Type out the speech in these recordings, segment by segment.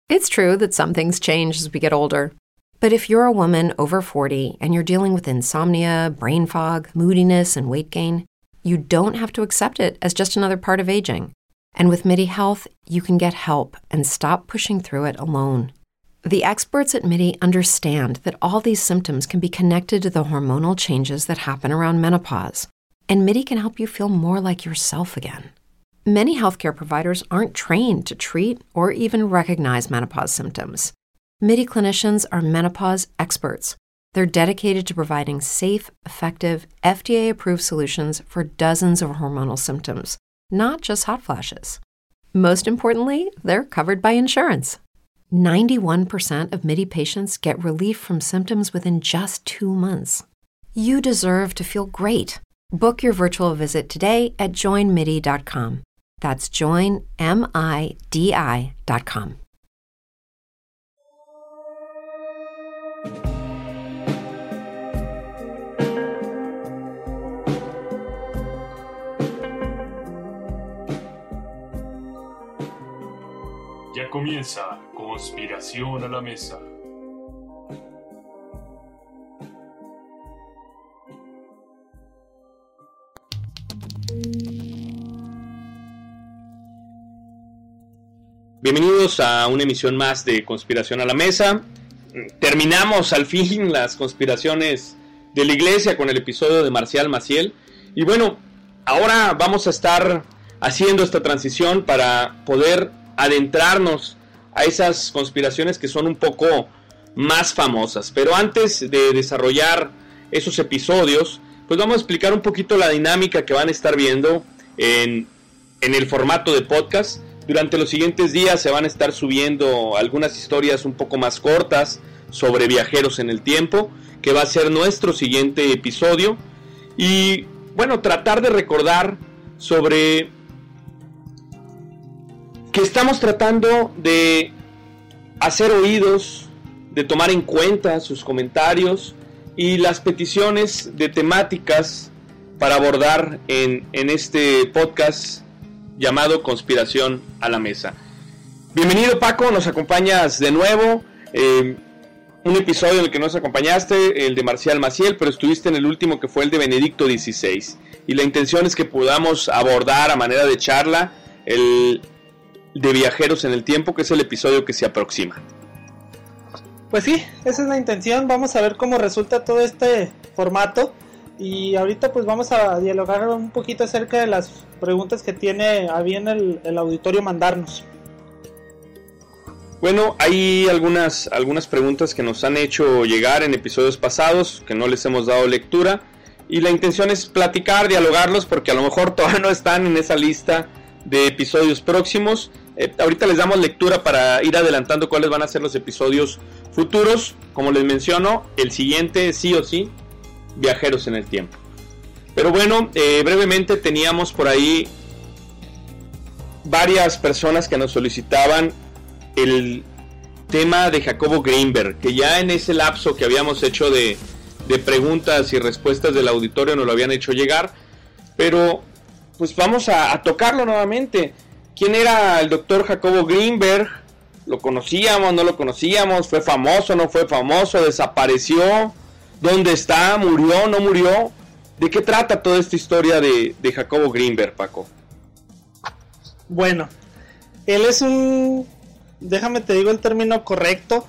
It's true that some things change as we get older. But if you're a woman over 40 and you're dealing with insomnia, brain fog, moodiness, and weight gain, you don't have to accept it as just another part of aging. And with MIDI Health, you can get help and stop pushing through it alone. The experts at MIDI understand that all these symptoms can be connected to the hormonal changes that happen around menopause, and MIDI can help you feel more like yourself again. Many healthcare providers aren't trained to treat or even recognize menopause symptoms. MIDI clinicians are menopause experts. They're dedicated to providing safe, effective, FDA-approved solutions for dozens of hormonal symptoms, not just hot flashes. Most importantly, they're covered by insurance. 91% of MIDI patients get relief from symptoms within just 2 months. You deserve to feel great. Book your virtual visit today at joinmidi.com. That's joinmidi.com. Ya comienza Conspiración a la Mesa. Bienvenidos a una emisión más de Conspiración a la Mesa. Terminamos al fin las conspiraciones de la iglesia con el episodio de Marcial Maciel. Y bueno, ahora vamos a estar haciendo esta transición para poder adentrarnos a esas conspiraciones que son un poco más famosas. Pero antes de desarrollar esos episodios, pues vamos a explicar un poquito la dinámica que van a estar viendo en el formato de podcast. Durante los siguientes días se van a estar subiendo algunas historias un poco más cortas sobre viajeros en el tiempo, que va a ser nuestro siguiente episodio. Y bueno, tratar de recordar sobre que estamos tratando de hacer oídos, de tomar en cuenta sus comentarios y las peticiones de temáticas para abordar en este podcast llamado Conspiración a la Mesa. Bienvenido, Paco, nos acompañas de nuevo. Un episodio en el que nos acompañaste, el de Marcial Maciel, pero estuviste en el último, que fue el de Benedicto XVI. Y la intención es que podamos abordar a manera de charla el de Viajeros en el Tiempo, que es el episodio que se aproxima. Pues sí, esa es la intención. Vamos a ver cómo resulta todo este formato. Y ahorita pues vamos a dialogar un poquito acerca de las preguntas que tiene a bien el auditorio mandarnos. Bueno, hay algunas preguntas que nos han hecho llegar en episodios pasados que no les hemos dado lectura. Y la intención es platicar, dialogarlos, porque a lo mejor todavía no están en esa lista de episodios próximos. Ahorita les damos lectura para ir adelantando cuáles van a ser los episodios futuros. Como les menciono, el siguiente sí o sí, Viajeros en el Tiempo. Pero bueno, brevemente teníamos por ahí varias personas que nos solicitaban el tema de Jacobo Greenberg, que ya en ese lapso que habíamos hecho de preguntas y respuestas del auditorio nos lo habían hecho llegar. Pero pues vamos a tocarlo nuevamente. ¿Quién era el doctor Jacobo Greenberg? ¿Lo conocíamos? ¿No lo conocíamos? ¿Fue famoso? ¿No fue famoso? ¿Desapareció? ¿Dónde está? ¿Murió? ¿No murió? ¿De qué trata toda esta historia de Jacobo Greenberg, Paco? Bueno, él es déjame te digo el término correcto,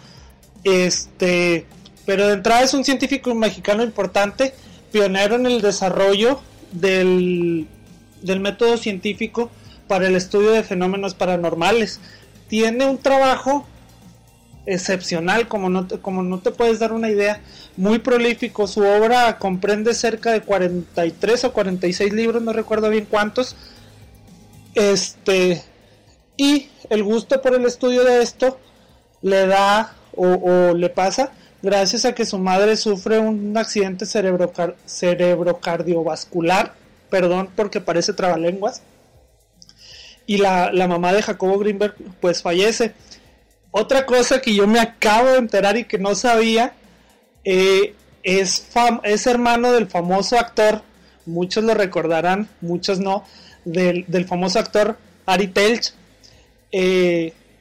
pero de entrada es un científico mexicano importante, pionero en el desarrollo del método científico para el estudio de fenómenos paranormales. Tiene un trabajo excepcional, como no te puedes dar una idea, muy prolífico. Su obra comprende cerca de 43 o 46 libros, no recuerdo bien cuántos. Y el gusto por el estudio de esto le da o le pasa gracias a que su madre sufre un accidente cerebrocardiovascular, perdón porque parece trabalenguas, y la mamá de Jacobo Greenberg pues fallece. Otra cosa que yo me acabo de enterar y que no sabía, es hermano del famoso actor, muchos lo recordarán, muchos no, del famoso actor Ari Telch.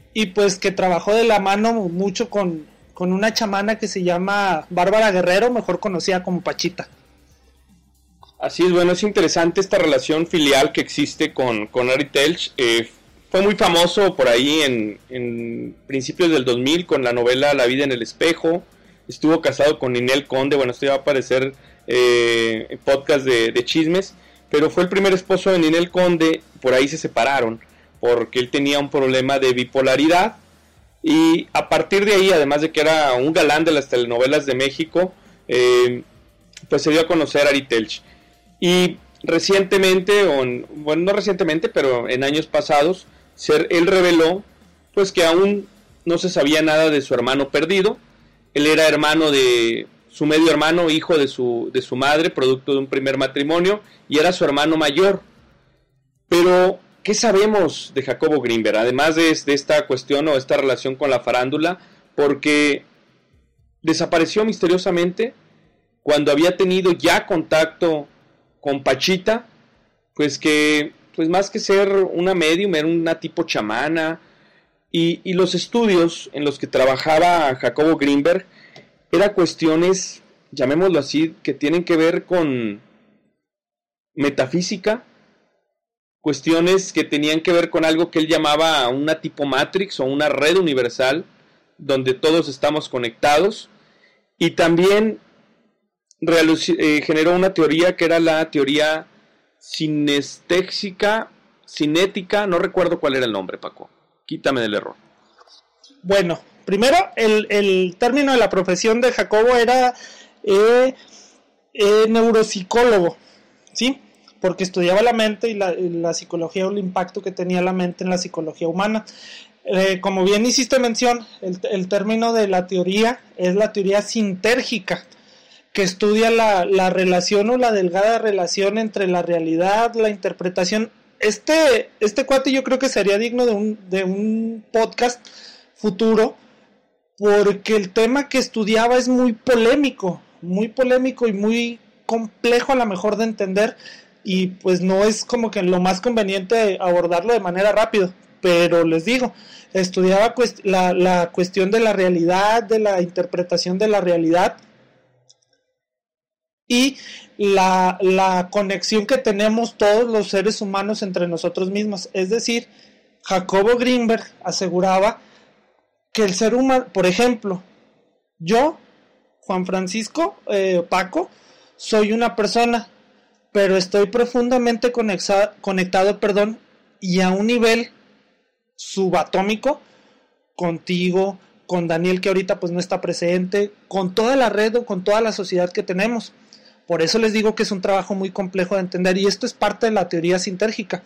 y pues que trabajó de la mano mucho con una chamana que se llama Bárbara Guerrero, mejor conocida como Pachita. Así es, bueno, es interesante esta relación filial que existe con Ari Telch. Fue muy famoso por ahí en principios del 2000 con la novela La vida en el espejo. Estuvo casado con Ninel Conde. Bueno, esto ya va a aparecer en podcast de chismes, pero fue el primer esposo de Ninel Conde. Por ahí se separaron porque él tenía un problema de bipolaridad, y a partir de ahí, además de que era un galán de las telenovelas de México, pues se dio a conocer a Ari Telch. Y recientemente, bueno, no recientemente, pero en años pasados, él reveló pues que aún no se sabía nada de su hermano perdido. Él era hermano de su medio hermano, hijo de su madre, producto de un primer matrimonio, y era su hermano mayor. Pero, ¿qué sabemos de Jacobo Grinberg? Además de esta cuestión o esta relación con la farándula, porque desapareció misteriosamente cuando había tenido ya contacto con Pachita, pues más que ser una medium, era una tipo chamana, y los estudios en los que trabajaba Jacobo Grinberg eran cuestiones, llamémoslo así, que tienen que ver con metafísica, cuestiones que tenían que ver con algo que él llamaba una tipo Matrix o una red universal donde todos estamos conectados, y también generó una teoría que era la teoría cinética, no recuerdo cuál era el nombre, Paco, quítame del error. Bueno, primero el término de la profesión de Jacobo era neuropsicólogo, ¿sí? Porque estudiaba la mente y la psicología, o el impacto que tenía la mente en la psicología humana. Como bien hiciste mención, el término de la teoría es la teoría sintérgica, que estudia la relación o la delgada relación entre la realidad, la interpretación. Este cuate yo creo que sería digno de un podcast futuro, porque el tema que estudiaba es muy polémico y muy complejo a lo mejor de entender, y pues no es como que lo más conveniente abordarlo de manera rápida, pero les digo, estudiaba la cuestión de la realidad, de la interpretación de la realidad, y la conexión que tenemos todos los seres humanos entre nosotros mismos. Es decir, Jacobo Grinberg aseguraba que el ser humano, por ejemplo, yo, Juan Francisco, Paco, soy una persona, pero estoy profundamente conectado, y a un nivel subatómico contigo, con Daniel, que ahorita pues no está presente, con toda la red o con toda la sociedad que tenemos. Por eso les digo que es un trabajo muy complejo de entender, y esto es parte de la teoría sintérgica.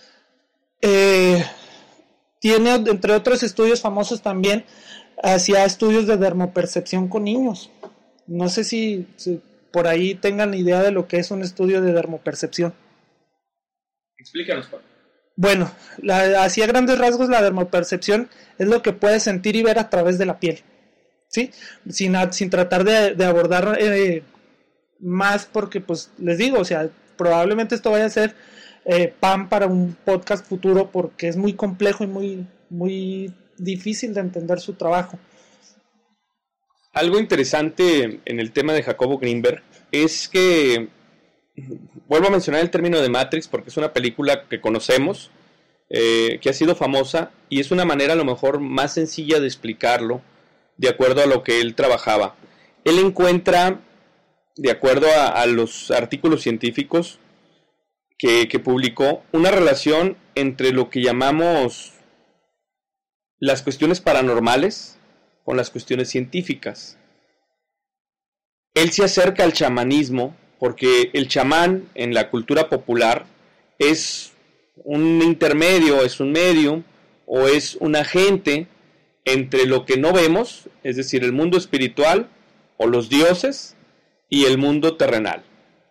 Tiene, entre otros estudios famosos también, hacía estudios de dermopercepción con niños. No sé si por ahí tengan idea de lo que es un estudio de dermopercepción. Explícanos, Pablo. Bueno, así a grandes rasgos, la dermopercepción es lo que puedes sentir y ver a través de la piel, ¿sí? Sin tratar de abordar más, porque pues les digo, o sea, probablemente esto vaya a ser pan para un podcast futuro, porque es muy complejo y muy difícil de entender su trabajo. Algo interesante en el tema de Jacobo Grinberg es que, vuelvo a mencionar el término de Matrix porque es una película que conocemos, que ha sido famosa, y es una manera a lo mejor más sencilla de explicarlo de acuerdo a lo que él trabajaba. Él encuentra, de acuerdo a los artículos científicos que publicó, una relación entre lo que llamamos las cuestiones paranormales con las cuestiones científicas. Él se acerca al chamanismo porque el chamán en la cultura popular es un intermedio, es un medium o es un agente entre lo que no vemos, es decir, el mundo espiritual o los dioses, y el mundo terrenal.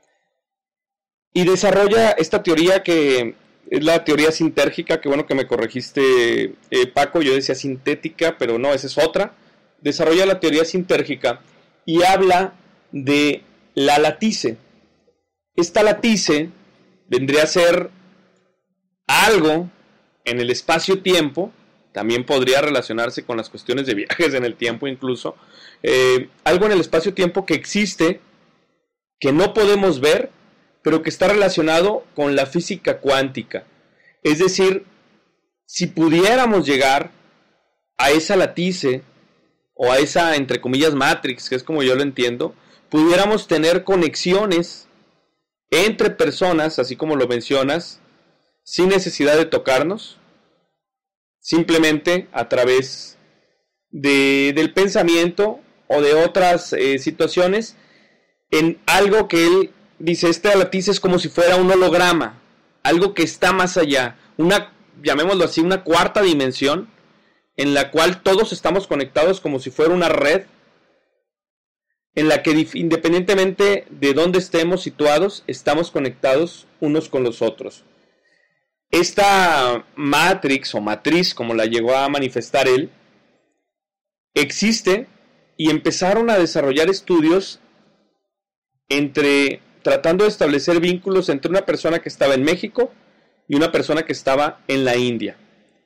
Y desarrolla esta teoría que es la teoría sintérgica, que bueno que me corregiste, Paco, yo decía sintética, pero no, esa es otra. Desarrolla la teoría sintérgica y habla de la latice. Esta latice vendría a ser algo en el espacio-tiempo, también podría relacionarse con las cuestiones de viajes en el tiempo incluso, algo en el espacio-tiempo que existe, que no podemos ver, pero que está relacionado con la física cuántica. Es decir, si pudiéramos llegar a esa látice, o a esa, entre comillas, matrix, que es como yo lo entiendo, pudiéramos tener conexiones entre personas, así como lo mencionas, sin necesidad de tocarnos, simplemente a través del pensamiento o de otras situaciones, en algo que él dice, esta látice es como si fuera un holograma, algo que está más allá, una, llamémoslo así, una cuarta dimensión, en la cual todos estamos conectados como si fuera una red, en la que independientemente de dónde estemos situados, estamos conectados unos con los otros. Esta matrix o matriz, como la llegó a manifestar él, existe y empezaron a desarrollar estudios tratando de establecer vínculos entre una persona que estaba en México y una persona que estaba en la India.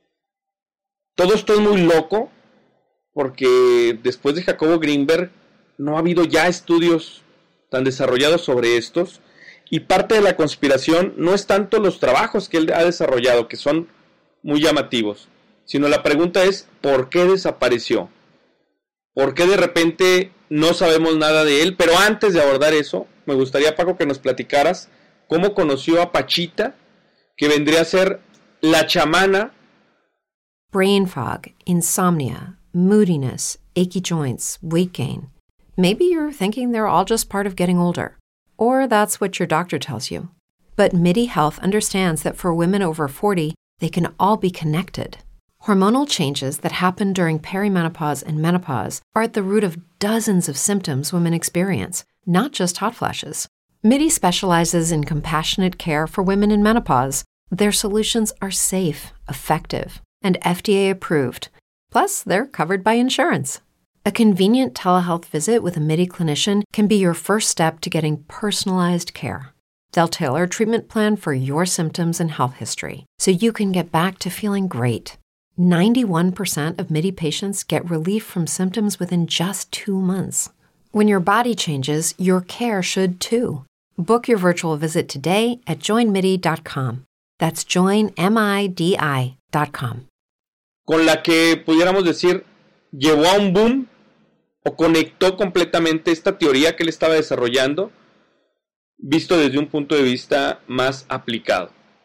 Todo esto es muy loco porque después de Jacobo Greenberg no ha habido ya estudios tan desarrollados sobre estos, y parte de la conspiración no es tanto los trabajos que él ha desarrollado, que son muy llamativos, sino la pregunta es ¿por qué desapareció? ¿Por qué de repente no sabemos nada de él? Pero antes de abordar eso, me gustaría, Paco, que nos platicaras cómo conoció a Pachita, que vendría a ser la chamana. Brain fog, insomnia, moodiness, achy joints, weight gain. Maybe you're thinking they're all just part of getting older, or that's what your doctor tells you. But MIDI Health understands that for women over 40, they can all be connected. Hormonal changes that happen during perimenopause and menopause are at the root of dozens of symptoms women experience, not just hot flashes. MIDI specializes in compassionate care for women in menopause. Their solutions are safe, effective, and FDA approved. Plus, they're covered by insurance. A convenient telehealth visit with a MIDI clinician can be your first step to getting personalized care. They'll tailor a treatment plan for your symptoms and health history so you can get back to feeling great. 91% of MIDI patients get relief from symptoms within just 2 months. When your body changes, your care should too. Book your virtual visit today at joinmidi.com. That's joinmidi.com. Con la que pudiéramos decir llevó a un boom o conectó completamente esta teoría que él estaba desarrollando, visto desde un punto de vista más aplicado.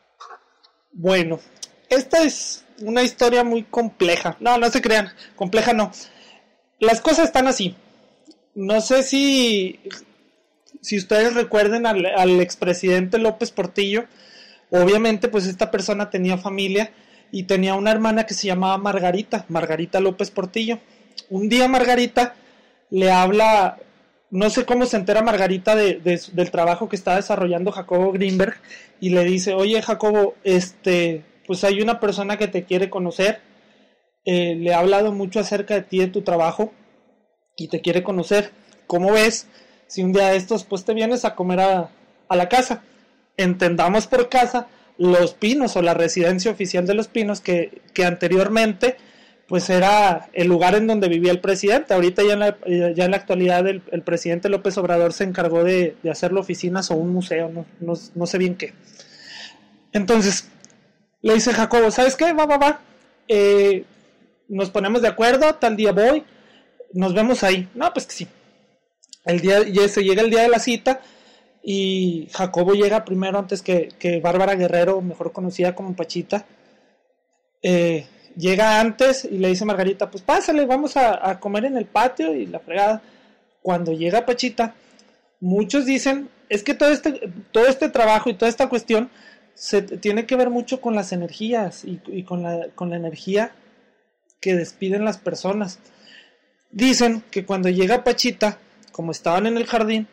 Bueno, esta es una historia muy compleja. No se crean, compleja no. Las cosas están así. No sé si ustedes recuerden al expresidente López Portillo. Obviamente pues esta persona tenía familia y tenía una hermana que se llamaba Margarita López Portillo. Un día Margarita le habla, no sé cómo se entera Margarita del trabajo que está desarrollando Jacobo Greenberg, y le dice, oye Jacobo, pues hay una persona que te quiere conocer, le ha hablado mucho acerca de ti, de tu trabajo, y te quiere conocer. ¿Cómo ves si un día de estos pues te vienes a comer a la casa? Entendamos por casa Los Pinos, o la residencia oficial de Los Pinos, que anteriormente pues era el lugar en donde vivía el presidente. Ahorita ya en la actualidad el presidente López Obrador se encargó de hacerlo oficinas o un museo, no sé bien qué. Entonces le dice Jacobo, ¿sabes qué? Va. Nos ponemos de acuerdo, tal día voy, nos vemos ahí. No, pues que sí. Se llega el día de la cita y Jacobo llega primero antes que Bárbara Guerrero, mejor conocida como Pachita. Llega antes y le dice a Margarita, pues pásale, vamos a comer en el patio y la fregada. Cuando llega Pachita, muchos dicen, es que todo este trabajo y toda esta cuestión se tiene que ver mucho con las energías y con la energía que despiden las personas. Dicen que cuando llega Pachita, como estaban en el jardín,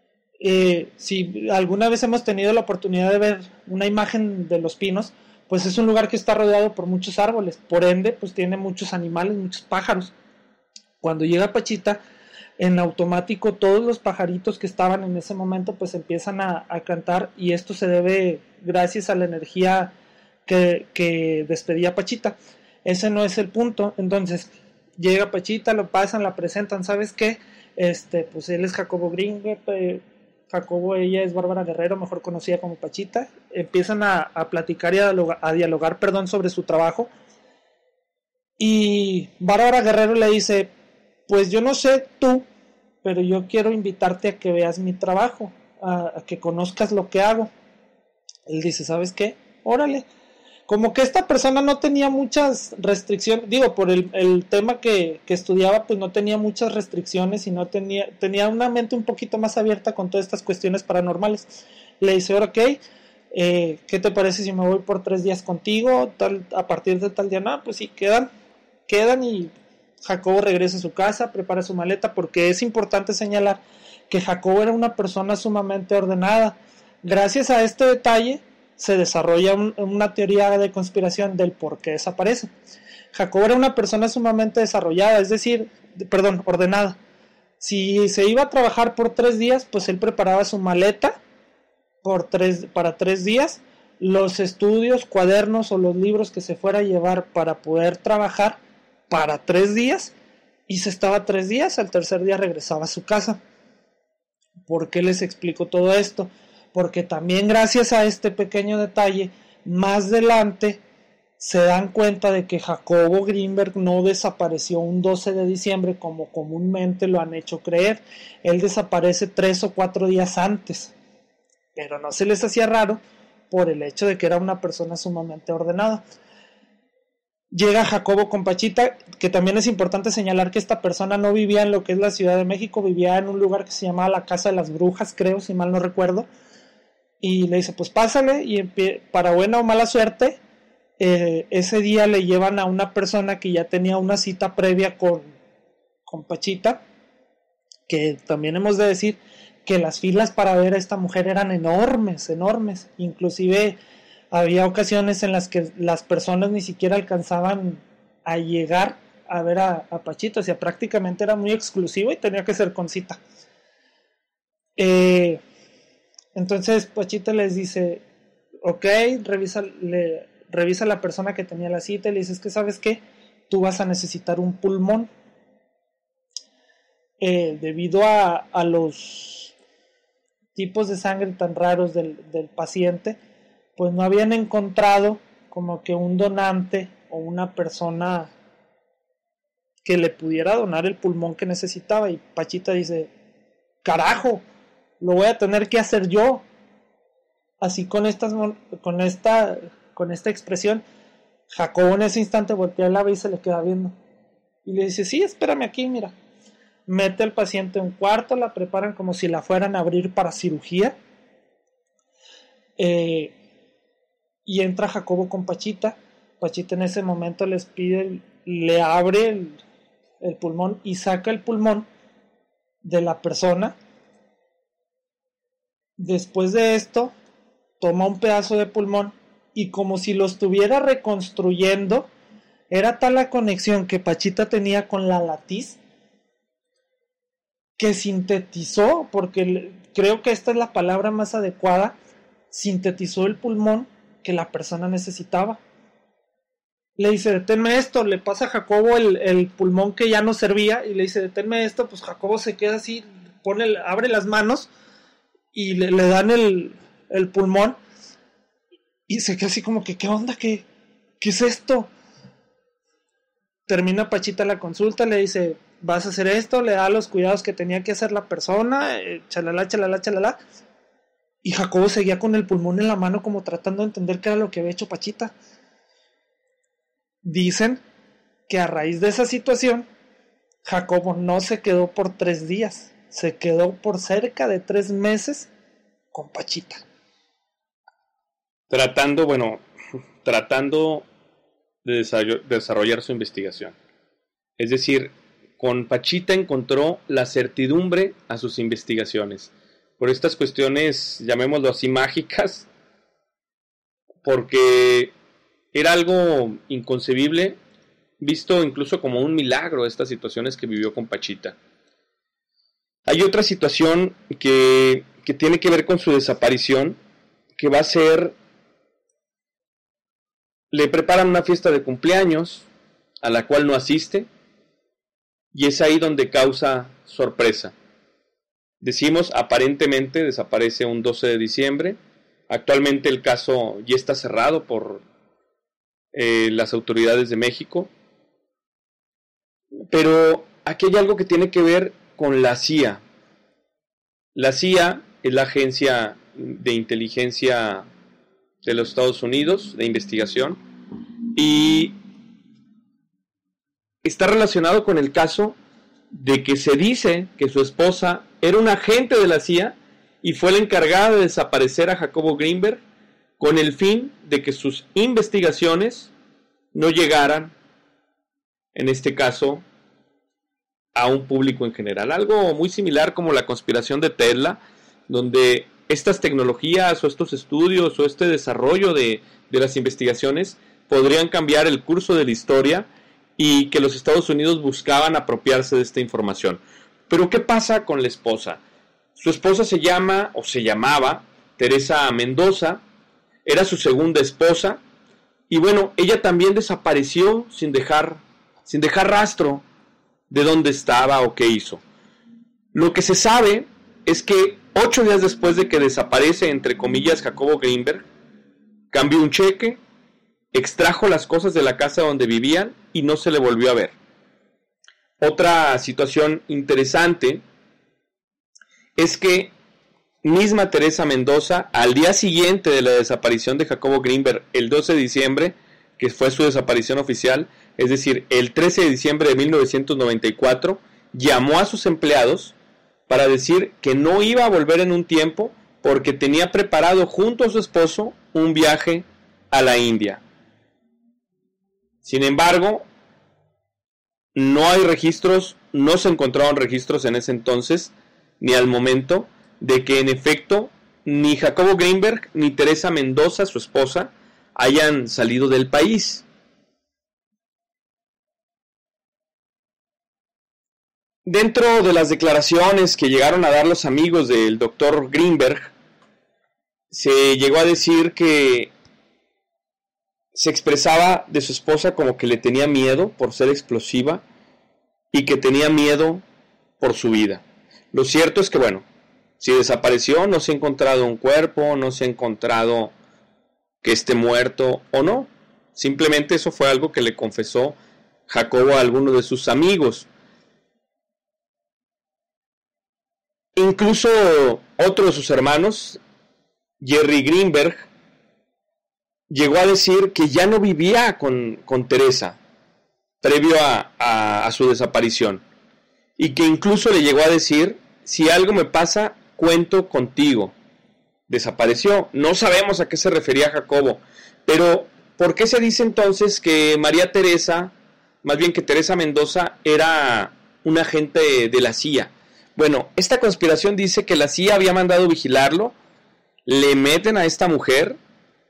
si alguna vez hemos tenido la oportunidad de ver una imagen de Los Pinos, pues es un lugar que está rodeado por muchos árboles, por ende pues tiene muchos animales, muchos pájaros. Cuando llega Pachita, en automático todos los pajaritos que estaban en ese momento pues empiezan a cantar, y esto se debe gracias a la energía que despedía Pachita. ese no es el punto. Entonces llega Pachita, lo pasan, la presentan, ¿sabes qué? Pues él es Jacobo Greenberg, Jacobo, ella es Bárbara Guerrero, mejor conocida como Pachita. Empiezan a platicar y a dialogar, sobre su trabajo. Y Bárbara Guerrero le dice, pues yo no sé tú, pero yo quiero invitarte a que veas mi trabajo, a que conozcas lo que hago. Él dice, ¿sabes qué? Órale. Como que esta persona no tenía muchas restricciones, por el tema que estudiaba, pues no tenía muchas restricciones y no tenía una mente un poquito más abierta con todas estas cuestiones paranormales. Le dice, ahora ok, ¿qué te parece si me voy por 3 días contigo? A partir de tal día, no, pues sí, quedan y Jacobo regresa a su casa, prepara su maleta, porque es importante señalar que Jacobo era una persona sumamente ordenada. Gracias a este detalle se desarrolla una teoría de conspiración del por qué desaparece. Jacobo era una persona sumamente desarrollada, ordenada. Si se iba a trabajar por 3 días, pues él preparaba su maleta para 3 días, los estudios, cuadernos o los libros que se fuera a llevar para poder trabajar para 3 días, y se estaba 3 días, al tercer día regresaba a su casa. ¿Por qué les explico todo esto? Porque también gracias a este pequeño detalle, más adelante se dan cuenta de que Jacobo Greenberg no desapareció un 12 de diciembre como comúnmente lo han hecho creer. Él desaparece 3 o 4 días antes, pero no se les hacía raro por el hecho de que era una persona sumamente ordenada. Llega Jacobo con Pachita, que también es importante señalar que esta persona no vivía en lo que es la Ciudad de México, vivía en un lugar que se llamaba la Casa de las Brujas, creo, si mal no recuerdo. Y le dice, pues pásale, y para buena o mala suerte, ese día le llevan a una persona que ya tenía una cita previa con Pachita, que también hemos de decir que las filas para ver a esta mujer eran enormes, inclusive había ocasiones en las que las personas ni siquiera alcanzaban a llegar a ver a Pachita, o sea, prácticamente era muy exclusivo y tenía que ser con cita. Entonces Pachita les dice, ok, revisa la persona que tenía la cita y le dice, es que ¿sabes qué? Tú vas a necesitar un pulmón. Debido a los tipos de sangre tan raros del paciente, pues no habían encontrado como que un donante o una persona que le pudiera donar el pulmón que necesitaba. Y Pachita dice, carajo, lo voy a tener que hacer yo. Así con esta expresión, Jacobo en ese instante voltea la ve y se le queda viendo y le dice, sí, espérame aquí, mira. Mete al paciente en un cuarto, la preparan como si la fueran a abrir para cirugía, y entra Jacobo con Pachita. Pachita en ese momento les pide, le abre el pulmón y saca el pulmón de la persona. Después de esto, toma un pedazo de pulmón y como si lo estuviera reconstruyendo, era tal la conexión que Pachita tenía con la latiz que sintetizó, porque creo que esta es la palabra más adecuada, sintetizó el pulmón que la persona necesitaba. Le dice, deténme esto, le pasa a Jacobo el pulmón que ya no servía y le dice, deténme esto, pues Jacobo se queda así, abre las manos y le dan el pulmón y se queda así como que, ¿qué onda? ¿Qué es esto? Termina Pachita la consulta, le dice, vas a hacer esto, le da los cuidados que tenía que hacer la persona, chalala. Y Jacobo seguía con el pulmón en la mano como tratando de entender qué era lo que había hecho Pachita. Dicen que a raíz de esa situación, Jacobo no se quedó por 3 días, se quedó por cerca de 3 meses con Pachita. Tratando de desarrollar su investigación. Es decir, con Pachita encontró la certidumbre a sus investigaciones. Por estas cuestiones, llamémoslo así, mágicas, porque era algo inconcebible, visto incluso como un milagro estas situaciones que vivió con Pachita. Hay otra situación que tiene que ver con su desaparición, que va a ser, le preparan una fiesta de cumpleaños, a la cual no asiste, y es ahí donde causa sorpresa. Decimos, aparentemente desaparece un 12 de diciembre. Actualmente el caso ya está cerrado por las autoridades de México. Pero aquí hay algo que tiene que ver con la CIA. La CIA es la agencia de inteligencia de los Estados Unidos, de investigación, y está relacionado con el caso de que se dice que su esposa era un agente de la CIA y fue la encargada de desaparecer a Jacobo Greenberg con el fin de que sus investigaciones no llegaran, en este caso, a un público en general. Algo muy similar como la conspiración de Tesla, donde estas tecnologías o estos estudios o este desarrollo de las investigaciones podrían cambiar el curso de la historia y que los Estados Unidos buscaban apropiarse de esta información. Pero ¿qué pasa con la esposa? Su esposa se llamaba Teresa Mendoza, era su segunda esposa, y bueno, ella también desapareció sin dejar rastro de dónde estaba o qué hizo. Lo que se sabe es que 8 días después de que desaparece, entre comillas, Jacobo Greenberg, cambió un cheque, extrajo las cosas de la casa donde vivían y no se le volvió a ver. Otra situación interesante es que misma Teresa Mendoza, al día siguiente de la desaparición de Jacobo Greenberg, el 12 de diciembre, que fue su desaparición oficial, es decir, el 13 de diciembre de 1994, llamó a sus empleados para decir que no iba a volver en un tiempo porque tenía preparado junto a su esposo un viaje a la India. Sin embargo, no hay registros, no se encontraron registros en ese entonces, ni al momento, de que en efecto ni Jacobo Greenberg ni Teresa Mendoza, su esposa, hayan salido del país. Dentro de las declaraciones que llegaron a dar los amigos del doctor Greenberg, se llegó a decir que se expresaba de su esposa como que le tenía miedo por ser explosiva y que tenía miedo por su vida. Lo cierto es que, bueno, si desapareció, no se ha encontrado un cuerpo, no se ha encontrado que esté muerto o no. Simplemente eso fue algo que le confesó Jacobo a alguno de sus amigos. Incluso otro de sus hermanos, Jerry Greenberg, llegó a decir que ya no vivía con Teresa previo a su desaparición, y que incluso le llegó a decir: si algo me pasa, cuento contigo. Desapareció. No sabemos a qué se refería Jacobo, pero ¿por qué se dice entonces que María Teresa, más bien que Teresa Mendoza, era un agente de la CIA? Bueno, esta conspiración dice que la CIA había mandado vigilarlo, le meten a esta mujer.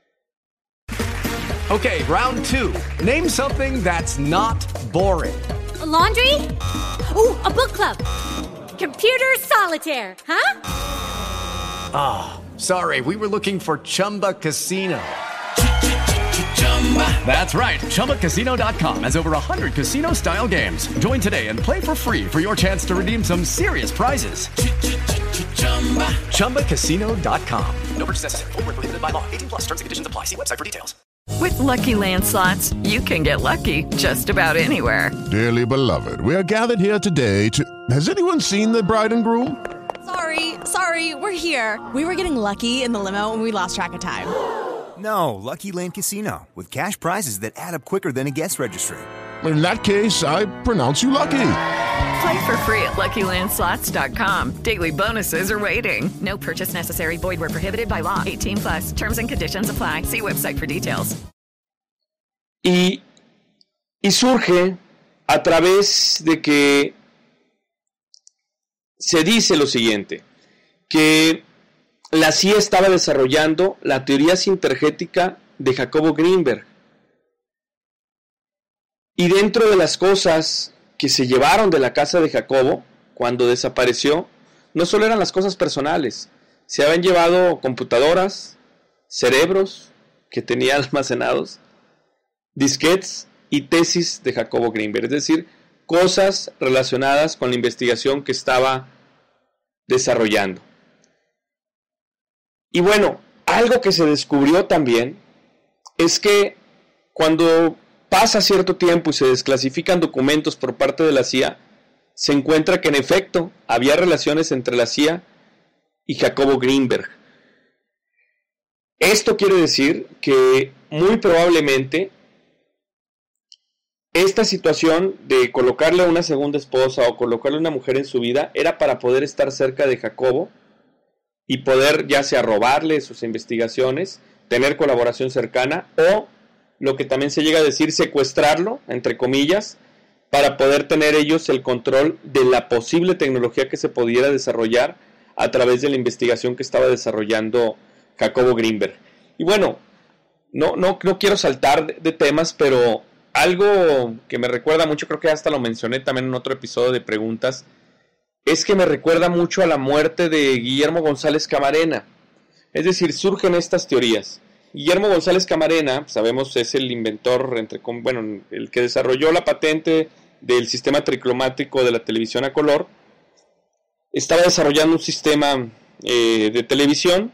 Okay, round 2. Name something that's not boring. A laundry? Ooh, a book club. Computer solitaire, huh? Ah, sorry, we were looking for Chumba Casino. That's right, ChumbaCasino.com has over 100 casino-style games. Join today and play for free for your chance to redeem some serious prizes. ChumbaCasino.com. No purchase necessary. Void where prohibited by law. 18+ terms and conditions apply. See website for details. With Lucky Land Slots, you can get lucky just about anywhere. Dearly beloved, we are gathered here today to... Has anyone seen the bride and groom? Sorry, we're here. We were getting lucky in the limo and we lost track of time. No, Lucky Land Casino, with cash prizes that add up quicker than a guest registry. In that case, I pronounce you lucky. Play for free at LuckyLandSlots.com. Daily bonuses are waiting. No purchase necessary. Void where prohibited by law. 18+. Terms and conditions apply. See website for details. Y surge a través de que se dice lo siguiente, que la CIA estaba desarrollando la teoría sintergética de Jacobo Greenberg. Y dentro de las cosas que se llevaron de la casa de Jacobo cuando desapareció, no solo eran las cosas personales, se habían llevado computadoras, cerebros que tenía almacenados, disquetes y tesis de Jacobo Greenberg, es decir, cosas relacionadas con la investigación que estaba desarrollando. Y bueno, algo que se descubrió también es que cuando pasa cierto tiempo y se desclasifican documentos por parte de la CIA, se encuentra que en efecto había relaciones entre la CIA y Jacobo Greenberg. Esto quiere decir que muy probablemente esta situación de colocarle a una segunda esposa o colocarle a una mujer en su vida era para poder estar cerca de Jacobo y poder ya sea robarle sus investigaciones, tener colaboración cercana o, lo que también se llega a decir, secuestrarlo, entre comillas, para poder tener ellos el control de la posible tecnología que se pudiera desarrollar a través de la investigación que estaba desarrollando Jacobo Greenberg. Y bueno, no quiero saltar de temas, pero algo que me recuerda mucho, creo que hasta lo mencioné también en otro episodio de preguntas, es que me recuerda mucho a la muerte de Guillermo González Camarena. Es decir, surgen estas teorías. Guillermo González Camarena, sabemos, es el inventor, el que desarrolló la patente del sistema tricromático de la televisión a color. Estaba desarrollando un sistema de televisión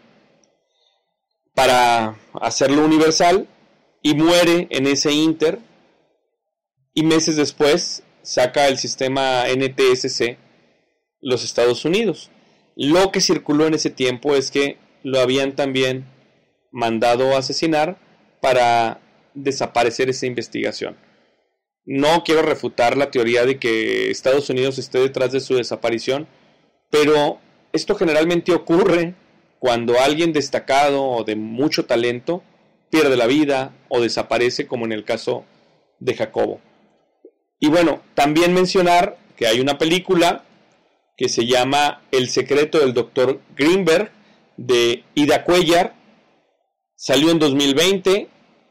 para hacerlo universal y muere en ese ínter, y meses después saca el sistema NTSC los Estados Unidos. Lo que circuló en ese tiempo es que lo habían también mandado a asesinar para desaparecer esa investigación. No quiero refutar la teoría de que Estados Unidos esté detrás de su desaparición, pero esto generalmente ocurre cuando alguien destacado o de mucho talento pierde la vida o desaparece, como en el caso de Jacobo. Y bueno, también mencionar que hay una película que se llama El secreto del Dr. Greenberg, de Ida Cuellar. Salió en 2020,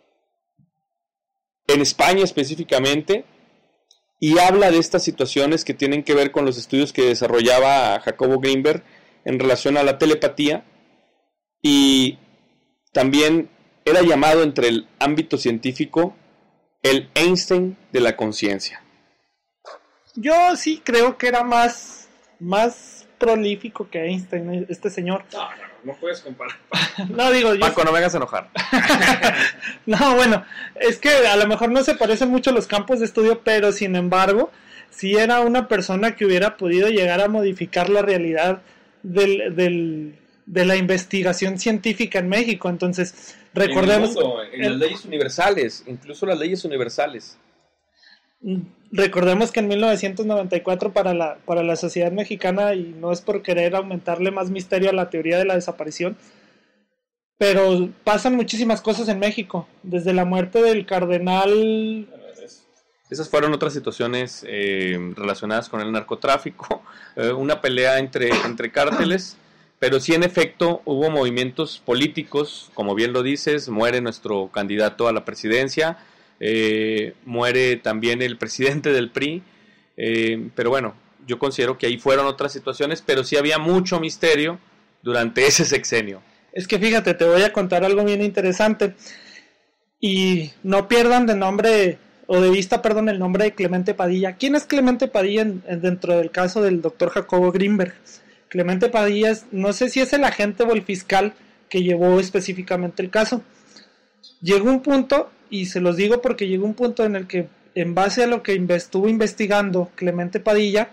en España específicamente, y habla de estas situaciones que tienen que ver con los estudios que desarrollaba Jacobo Greenberg en relación a la telepatía, y también era llamado entre el ámbito científico el Einstein de la conciencia. Yo sí creo que era más prolífico que Einstein, este señor. No puedes comparar. No, digo, Paco, no me hagas enojar. No, bueno, es que a lo mejor no se parecen mucho los campos de estudio, pero sin embargo, sí era una persona que hubiera podido llegar a modificar la realidad de la investigación científica en México. Entonces, recordemos... En las leyes universales, incluso las leyes universales. Recordemos que en 1994 para la sociedad mexicana, y no es por querer aumentarle más misterio a la teoría de la desaparición, pero pasan muchísimas cosas en México, desde la muerte del cardenal. Esas fueron otras situaciones relacionadas con el narcotráfico, una pelea entre cárteles, pero sí, en efecto, hubo movimientos políticos, como bien lo dices, muere nuestro candidato a la presidencia, muere también el presidente del PRI, pero bueno, yo considero que ahí fueron otras situaciones, pero sí había mucho misterio durante ese sexenio. Es que fíjate, te voy a contar algo bien interesante, y no pierdan de vista el nombre de Clemente Padilla. ¿Quién es Clemente Padilla dentro del caso del doctor Jacobo Greenberg? Clemente Padilla no sé si es el agente o el fiscal que llevó específicamente el caso. Llegó un punto, y se los digo porque llegó un punto en el que, en base a lo que estuvo investigando Clemente Padilla,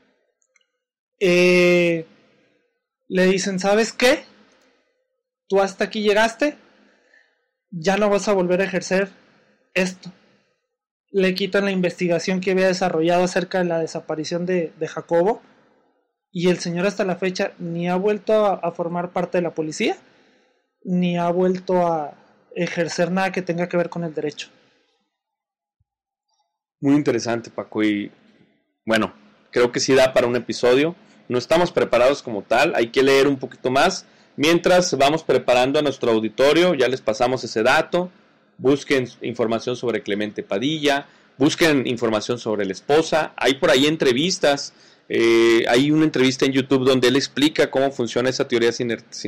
le dicen, ¿sabes qué? Tú hasta aquí llegaste, ya no vas a volver a ejercer esto. Le quitan la investigación que había desarrollado acerca de la desaparición de Jacobo, y el señor hasta la fecha ni ha vuelto a formar parte de la policía, ni ha vuelto a ejercer nada que tenga que ver con el derecho. Muy interesante, Paco, y bueno, creo que sí da para un episodio. No estamos preparados como tal, hay que leer un poquito más. Mientras vamos preparando a nuestro auditorio, ya les pasamos ese dato. Busquen información sobre Clemente Padilla, busquen información sobre la esposa. Hay por ahí entrevistas, hay una entrevista en YouTube donde él explica cómo funciona esa teoría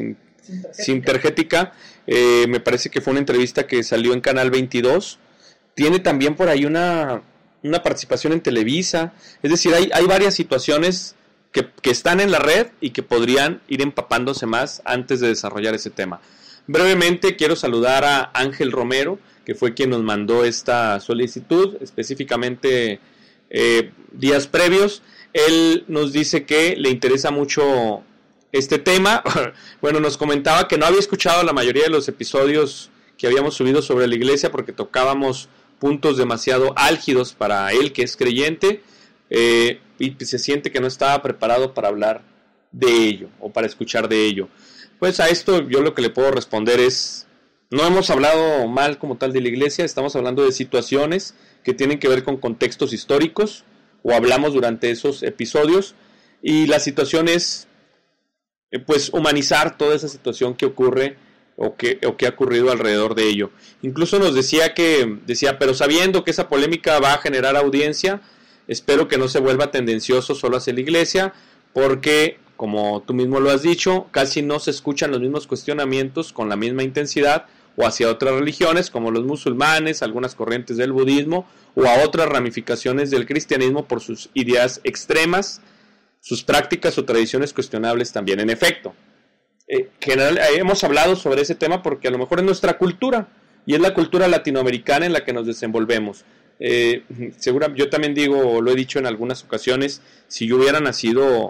sintergética. Me parece que fue una entrevista que salió en Canal 22, tiene también por ahí una participación en Televisa. Es decir, hay varias situaciones que están en la red y que podrían ir empapándose más antes de desarrollar ese tema. Brevemente quiero saludar a Ángel Romero, que fue quien nos mandó esta solicitud, específicamente días previos. Él nos dice que le interesa mucho este tema. Bueno, nos comentaba que no había escuchado la mayoría de los episodios que habíamos subido sobre la iglesia porque tocábamos puntos demasiado álgidos para él, que es creyente, y se siente que no estaba preparado para hablar de ello o para escuchar de ello. Pues a esto yo lo que le puedo responder es: no hemos hablado mal como tal de la iglesia, estamos hablando de situaciones que tienen que ver con contextos históricos, o hablamos durante esos episodios, y la situación es pues humanizar toda esa situación que ocurre o que ha ocurrido alrededor de ello. Incluso nos decía, pero sabiendo que esa polémica va a generar audiencia, espero que no se vuelva tendencioso solo hacia la iglesia, porque, como tú mismo lo has dicho, casi no se escuchan los mismos cuestionamientos con la misma intensidad o hacia otras religiones como los musulmanes, algunas corrientes del budismo o a otras ramificaciones del cristianismo por sus ideas extremas, sus prácticas o tradiciones cuestionables también. En efecto, hemos hablado sobre ese tema porque a lo mejor es nuestra cultura y es la cultura latinoamericana en la que nos desenvolvemos. Seguramente yo también digo, lo he dicho en algunas ocasiones, si yo hubiera nacido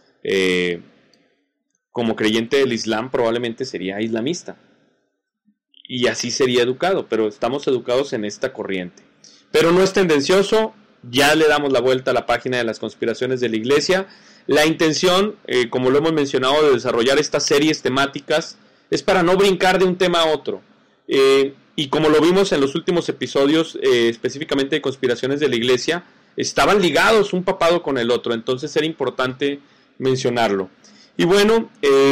como creyente del Islam, probablemente sería islamista y así sería educado, pero estamos educados en esta corriente. Pero no es tendencioso, ya le damos la vuelta a la página de las conspiraciones de la iglesia. La intención, como lo hemos mencionado, de desarrollar estas series temáticas es para no brincar de un tema a otro. Y como lo vimos en los últimos episodios, específicamente de conspiraciones de la iglesia, estaban ligados un papado con el otro, entonces era importante mencionarlo. Y bueno,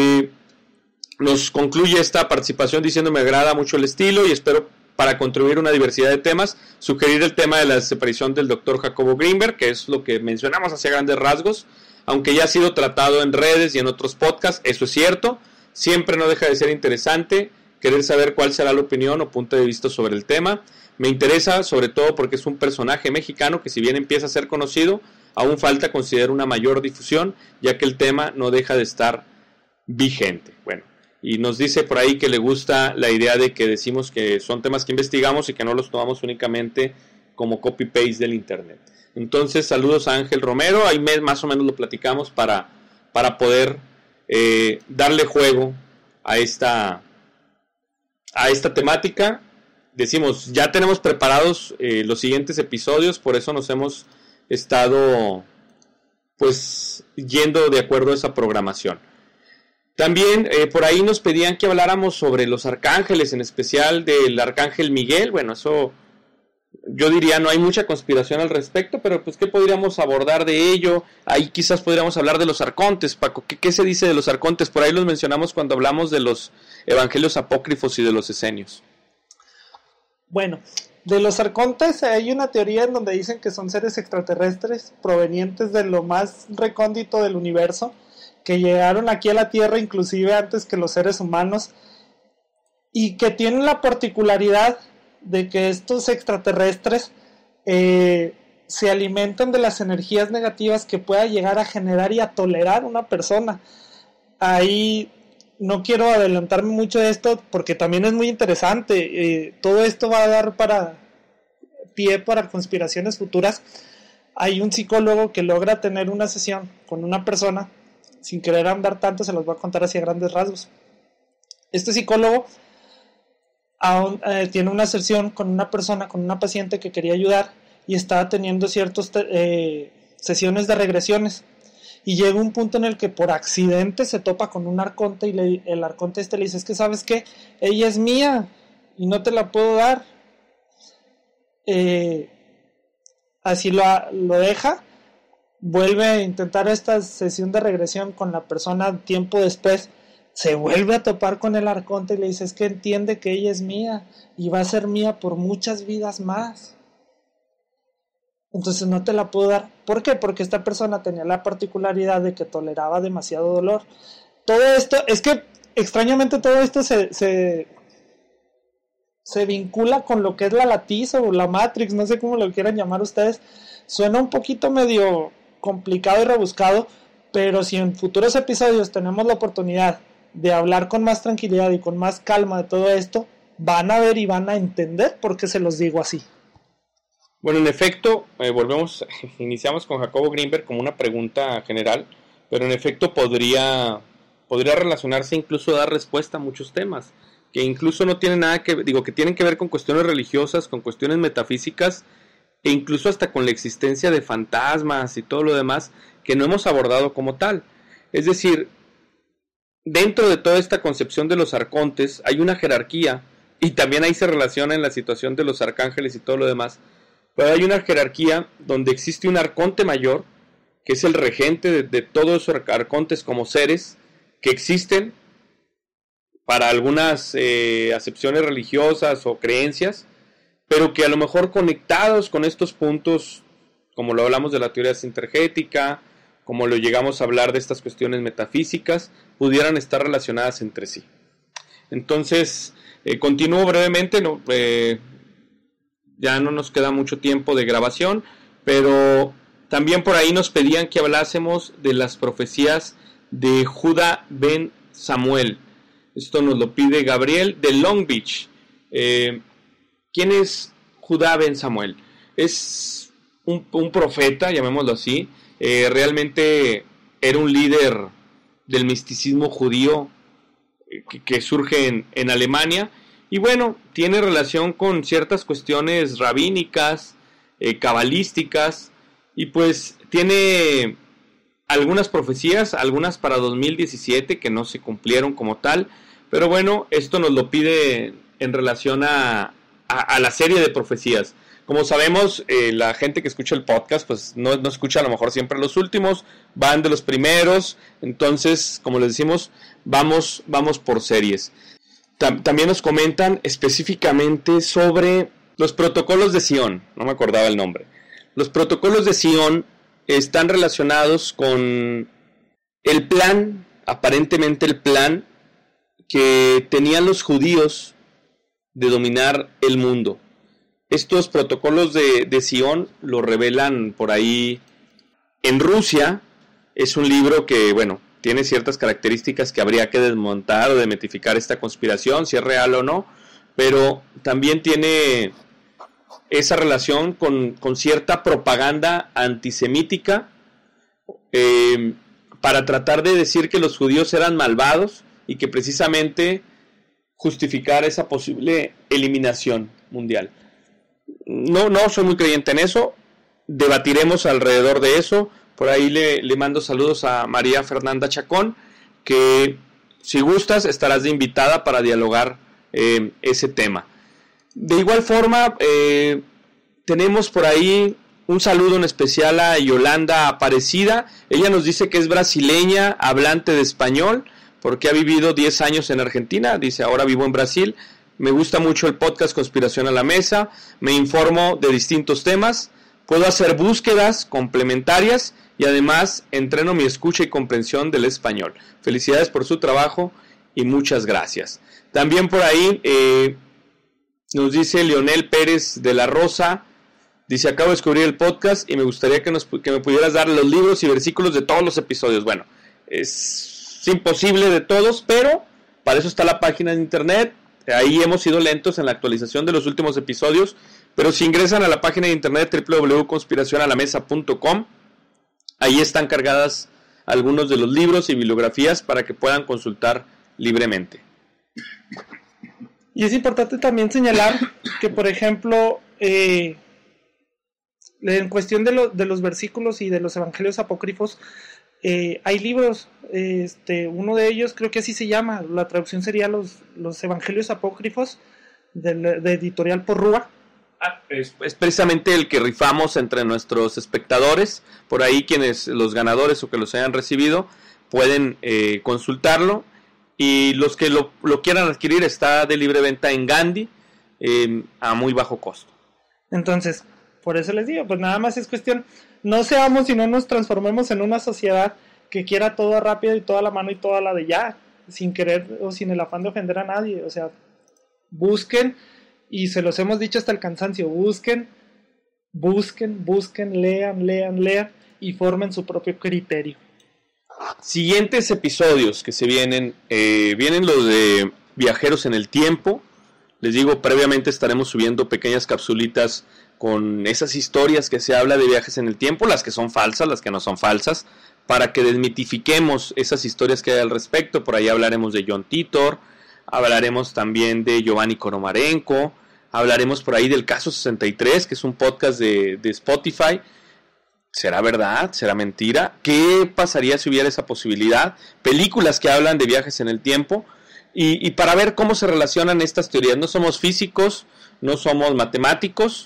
nos concluye esta participación diciendo: me agrada mucho el estilo y espero, para contribuir a una diversidad de temas, sugerir el tema de la desaparición del Dr. Jacobo Greenberg, que es lo que mencionamos hacia grandes rasgos, aunque ya ha sido tratado en redes y en otros podcasts. Eso es cierto, siempre no deja de ser interesante querer saber cuál será la opinión o punto de vista sobre el tema. Me interesa sobre todo porque es un personaje mexicano que, si bien empieza a ser conocido, aún falta considerar una mayor difusión, ya que el tema no deja de estar vigente. Bueno, y nos dice por ahí que le gusta la idea de que decimos que son temas que investigamos y que no los tomamos únicamente como copy-paste del internet. Entonces, saludos a Ángel Romero. Ahí más o menos lo platicamos para poder darle juego a esta temática. Decimos, ya tenemos preparados los siguientes episodios, por eso nos hemos estado pues yendo de acuerdo a esa programación. También por ahí nos pedían que habláramos sobre los arcángeles, en especial del arcángel Miguel. Bueno, eso yo diría no hay mucha conspiración al respecto, pero pues ¿qué podríamos abordar de ello? Ahí quizás podríamos hablar de los arcontes. Paco, ¿qué se dice de los arcontes? Por ahí los mencionamos cuando hablamos de los evangelios apócrifos y de los esenios. Bueno, de los arcontes hay una teoría en donde dicen que son seres extraterrestres provenientes de lo más recóndito del universo, que llegaron aquí a la Tierra inclusive antes que los seres humanos, y que tienen la particularidad de que estos extraterrestres se alimentan de las energías negativas que pueda llegar a generar y a tolerar una persona. Ahí no quiero adelantarme mucho de esto porque también es muy interesante. Todo esto va a dar pie para conspiraciones futuras. Hay un psicólogo que logra tener una sesión con una persona, sin querer andar tanto, se los voy a contar así a grandes rasgos. Este psicólogo tiene una sesión con una persona, con una paciente que quería ayudar, y estaba teniendo ciertas sesiones de regresiones, y llega un punto en el que por accidente se topa con un arconte, y el arconte le dice: es que sabes qué, ella es mía y no te la puedo dar. Así lo deja, vuelve a intentar esta sesión de regresión con la persona. Tiempo después se vuelve a topar con el arconte y le dice: es que entiende que ella es mía y va a ser mía por muchas vidas más, entonces no te la puedo dar. ¿Por qué? Porque esta persona tenía la particularidad de que toleraba demasiado dolor. Todo esto, es que extrañamente todo esto se vincula con lo que es la latiz o la Matrix, no sé cómo lo quieran llamar ustedes. Suena un poquito medio complicado y rebuscado, pero si en futuros episodios tenemos la oportunidad de hablar con más tranquilidad y con más calma de todo esto, van a ver y van a entender por qué se los digo así. Bueno, en efecto, iniciamos con Jacobo Greenberg como una pregunta general, pero en efecto podría relacionarse, incluso dar respuesta a muchos temas, que incluso no tienen nada que tienen que ver con cuestiones religiosas, con cuestiones metafísicas, e incluso hasta con la existencia de fantasmas y todo lo demás, que no hemos abordado como tal. Es decir, dentro de toda esta concepción de los arcontes hay una jerarquía, y también ahí se relaciona en la situación de los arcángeles y todo lo demás, pero hay una jerarquía donde existe un arconte mayor, que es el regente de todos esos arcontes como seres que existen para algunas acepciones religiosas o creencias, pero que a lo mejor conectados con estos puntos, como lo hablamos de la teoría sintergética, como lo llegamos a hablar de estas cuestiones metafísicas, pudieran estar relacionadas entre sí. Entonces, continúo brevemente, ya no nos queda mucho tiempo de grabación, pero también por ahí nos pedían que hablásemos de las profecías de Judá ben Samuel. Esto nos lo pide Gabriel de Long Beach. ¿Quién es Judá ben Samuel? Es un profeta, llamémoslo así. Realmente era un líder del misticismo judío que surge en Alemania. Y bueno, tiene relación con ciertas cuestiones rabínicas, cabalísticas, y pues tiene algunas profecías, algunas para 2017 que no se cumplieron como tal, pero bueno, esto nos lo pide en relación a la serie de profecías. Como sabemos, la gente que escucha el podcast pues no escucha a lo mejor siempre los últimos, van de los primeros, entonces como les decimos, vamos por series. También nos comentan específicamente sobre los protocolos de Sion, no me acordaba el nombre. Los protocolos de Sion están relacionados con el plan, aparentemente el plan que tenían los judíos de dominar el mundo. Estos protocolos de Sion lo revelan por ahí en Rusia. Es un libro que, bueno, tiene ciertas características que habría que desmontar o demitificar esta conspiración, si es real o no, pero también tiene esa relación con cierta propaganda antisemítica para tratar de decir que los judíos eran malvados y que precisamente justificar esa posible eliminación mundial. No soy muy creyente en eso, debatiremos alrededor de eso. Por ahí le mando saludos a María Fernanda Chacón, que si gustas estarás de invitada para dialogar ese tema. De igual forma, tenemos por ahí un saludo en especial a Yolanda Aparecida. Ella nos dice que es brasileña, hablante de español, porque ha vivido 10 años en Argentina. Dice, ahora vivo en Brasil. Me gusta mucho el podcast Conspiración a la Mesa. Me informo de distintos temas. Puedo hacer búsquedas complementarias y además entreno mi escucha y comprensión del español. Felicidades por su trabajo y muchas gracias. También por ahí nos dice Leonel Pérez de la Rosa. Dice, acabo de descubrir el podcast y me gustaría que me pudieras dar los libros y versículos de todos los episodios. Bueno, es imposible de todos, pero para eso está la página de internet. Ahí hemos sido lentos en la actualización de los últimos episodios, pero si ingresan a la página de internet www.conspiracionalamesa.com, ahí están cargadas algunos de los libros y bibliografías para que puedan consultar libremente. Y es importante también señalar que, por ejemplo, en cuestión de los versículos y de los evangelios apócrifos, hay libros, uno de ellos creo que así se llama, la traducción sería los evangelios apócrifos de editorial Porrúa. Es precisamente el que rifamos entre nuestros espectadores. Por ahí quienes, los ganadores o que los hayan recibido, pueden consultarlo. Y los que lo quieran adquirir está de libre venta en Gandhi a muy bajo costo. Entonces, por eso les digo, pues nada más es cuestión, no seamos y no nos transformemos en una sociedad que quiera todo rápido y toda la mano y toda la de ya, sin querer o sin el afán de ofender a nadie. O sea, busquen Y se los hemos dicho hasta el cansancio, busquen, lean y formen su propio criterio. Siguientes episodios que se vienen, vienen los de Viajeros en el Tiempo. Les digo, previamente estaremos subiendo pequeñas capsulitas con esas historias que se habla de viajes en el tiempo, las que son falsas, las que no son falsas, para que desmitifiquemos esas historias que hay al respecto. Por ahí hablaremos de John Titor, hablaremos también de Giovanni Konomarenko, hablaremos por ahí del Caso 63, que es un podcast de Spotify. ¿Será verdad? ¿Será mentira? ¿Qué pasaría si hubiera esa posibilidad? Películas que hablan de viajes en el tiempo. Y para ver cómo se relacionan estas teorías. No somos físicos, no somos matemáticos,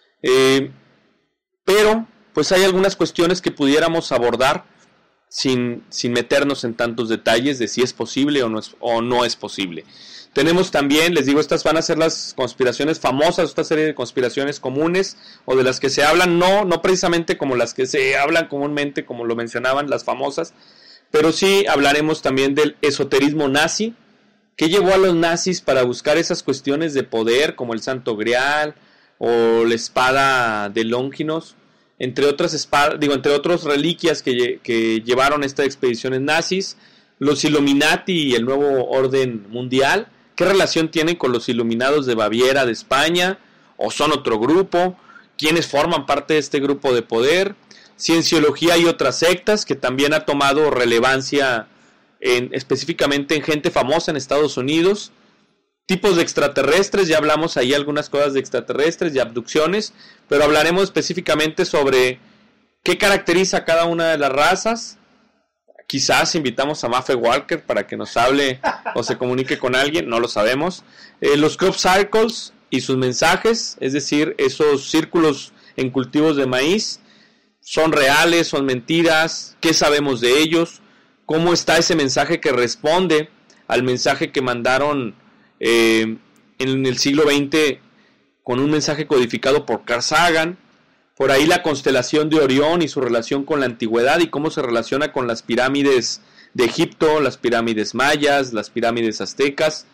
pero pues hay algunas cuestiones que pudiéramos abordar sin meternos en tantos detalles de si es posible o no es posible. Tenemos también, les digo, estas van a ser las conspiraciones famosas, esta serie de conspiraciones comunes o de las que se hablan, no precisamente como las que se hablan comúnmente, como lo mencionaban, las famosas, pero sí hablaremos también del esoterismo nazi. ¿Qué llevó a los nazis para buscar esas cuestiones de poder, como el Santo Grial o la espada de Longinos, entre otras reliquias que llevaron estas expediciones nazis? Los Illuminati y el nuevo orden mundial, ¿qué relación tienen con los Iluminados de Baviera de España? ¿O son otro grupo? ¿Quiénes forman parte de este grupo de poder? Cienciología y otras sectas, que también ha tomado relevancia específicamente en gente famosa en Estados Unidos. Tipos de extraterrestres, ya hablamos ahí algunas cosas de extraterrestres y abducciones, pero hablaremos específicamente sobre qué caracteriza a cada una de las razas. Quizás invitamos a Maffe Walker para que nos hable o se comunique con alguien, no lo sabemos. Los crop circles y sus mensajes, es decir, esos círculos en cultivos de maíz, ¿son reales, son mentiras? ¿Qué sabemos de ellos? ¿Cómo está ese mensaje que responde al mensaje que mandaron en el siglo XX con un mensaje codificado por Carl Sagan? Por ahí la constelación de Orión y su relación con la antigüedad y cómo se relaciona con las pirámides de Egipto, las pirámides mayas, las pirámides aztecas.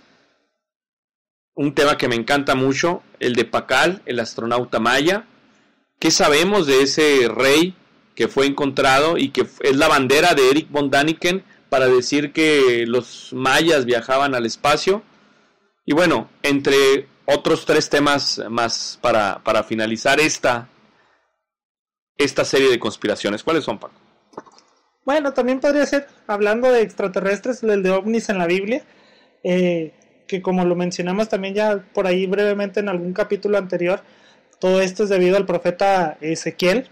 Un tema que me encanta mucho, el de Pacal, el astronauta maya. ¿Qué sabemos de ese rey que fue encontrado y que es la bandera de Erich von Däniken para decir que los mayas viajaban al espacio? Y bueno, entre otros 3 temas más para finalizar esta serie de conspiraciones. ¿Cuáles son, Paco? Bueno, también podría ser, hablando de extraterrestres, el de ovnis en la Biblia, que como lo mencionamos también ya por ahí brevemente en algún capítulo anterior, todo esto es debido al profeta Ezequiel.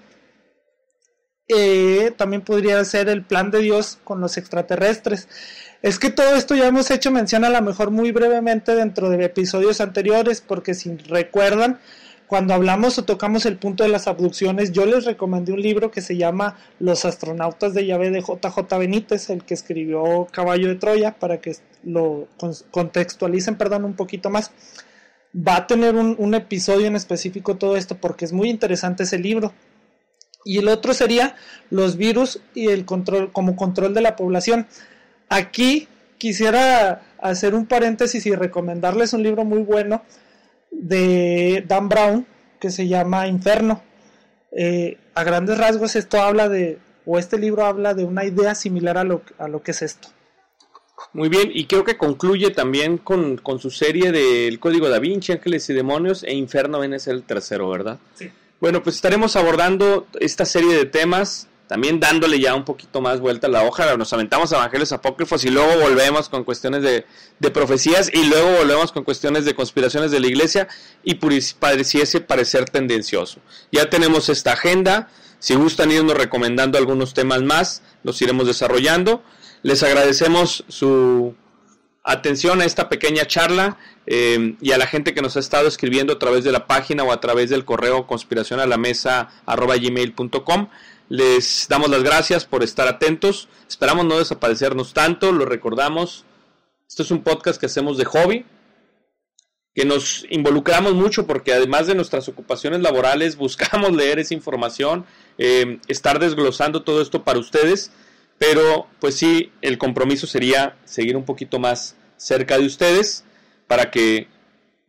También podría ser el plan de Dios con los extraterrestres. Es que todo esto ya hemos hecho mención a lo mejor muy brevemente dentro de episodios anteriores, porque si recuerdan, cuando hablamos o tocamos el punto de las abducciones, yo les recomendé un libro que se llama Los astronautas de Yahvé de JJ Benítez, el que escribió Caballo de Troya, para que lo contextualicen, un poquito más. Va a tener un episodio en específico todo esto, porque es muy interesante ese libro. Y el otro sería los virus y el control, como control de la población. Aquí quisiera hacer un paréntesis y recomendarles un libro muy bueno de Dan Brown que se llama Inferno. A grandes rasgos este libro habla de una idea similar a lo que es esto. Muy bien, y creo que concluye también con su serie del Código Da Vinci, Ángeles y Demonios, e Inferno viene a ser el tercero, ¿verdad? Sí. Bueno, pues estaremos abordando esta serie de temas, también dándole ya un poquito más vuelta a la hoja. Nos aventamos a evangelios apócrifos y luego volvemos con cuestiones de profecías y luego volvemos con cuestiones de conspiraciones de la iglesia y pareciese parecer tendencioso. Ya tenemos esta agenda, si gustan irnos recomendando algunos temas más, los iremos desarrollando. Les agradecemos su atención a esta pequeña charla y a la gente que nos ha estado escribiendo a través de la página o a través del correo conspiracionalamesa@gmail.com. Les damos las gracias por estar atentos. Esperamos no desaparecernos tanto. Lo recordamos, esto es un podcast que hacemos de hobby, que nos involucramos mucho porque además de nuestras ocupaciones laborales buscamos leer esa información, estar desglosando todo esto para ustedes. Pero pues sí, el compromiso sería seguir un poquito más cerca de ustedes para que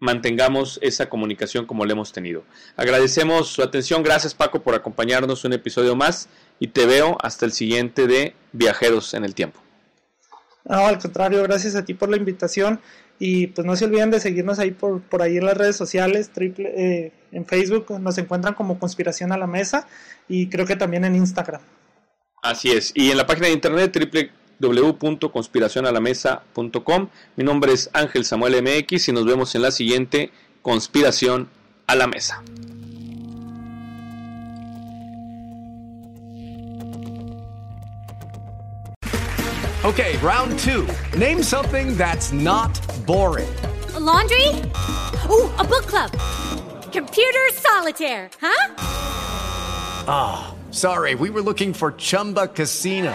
mantengamos esa comunicación como la hemos tenido. Agradecemos su atención. Gracias, Paco, por acompañarnos un episodio más y te veo hasta el siguiente de Viajeros en el Tiempo. No, al contrario, gracias a ti por la invitación y pues no se olviden de seguirnos ahí por ahí en las redes sociales, en Facebook nos encuentran como Conspiración a la Mesa y creo que también en Instagram. Así es, y en la página de internet www.conspiracionalamesa.com. Mi nombre es Ángel Samuel MX y nos vemos en la siguiente Conspiración a la Mesa. Okay, round 2. Name something that's not boring. A laundry? Ooh, a book club. Computer solitaire, huh? Ah, sorry, we were looking for Chumba Casino.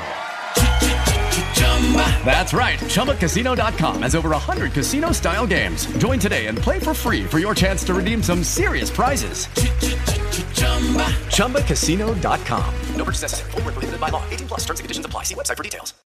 That's right, ChumbaCasino.com has over 100 casino-style games. Join today and play for free for your chance to redeem some serious prizes. ChumbaCasino.com. No purchase necessary. Void where prohibited by law. 18+ terms and conditions apply. See website for details.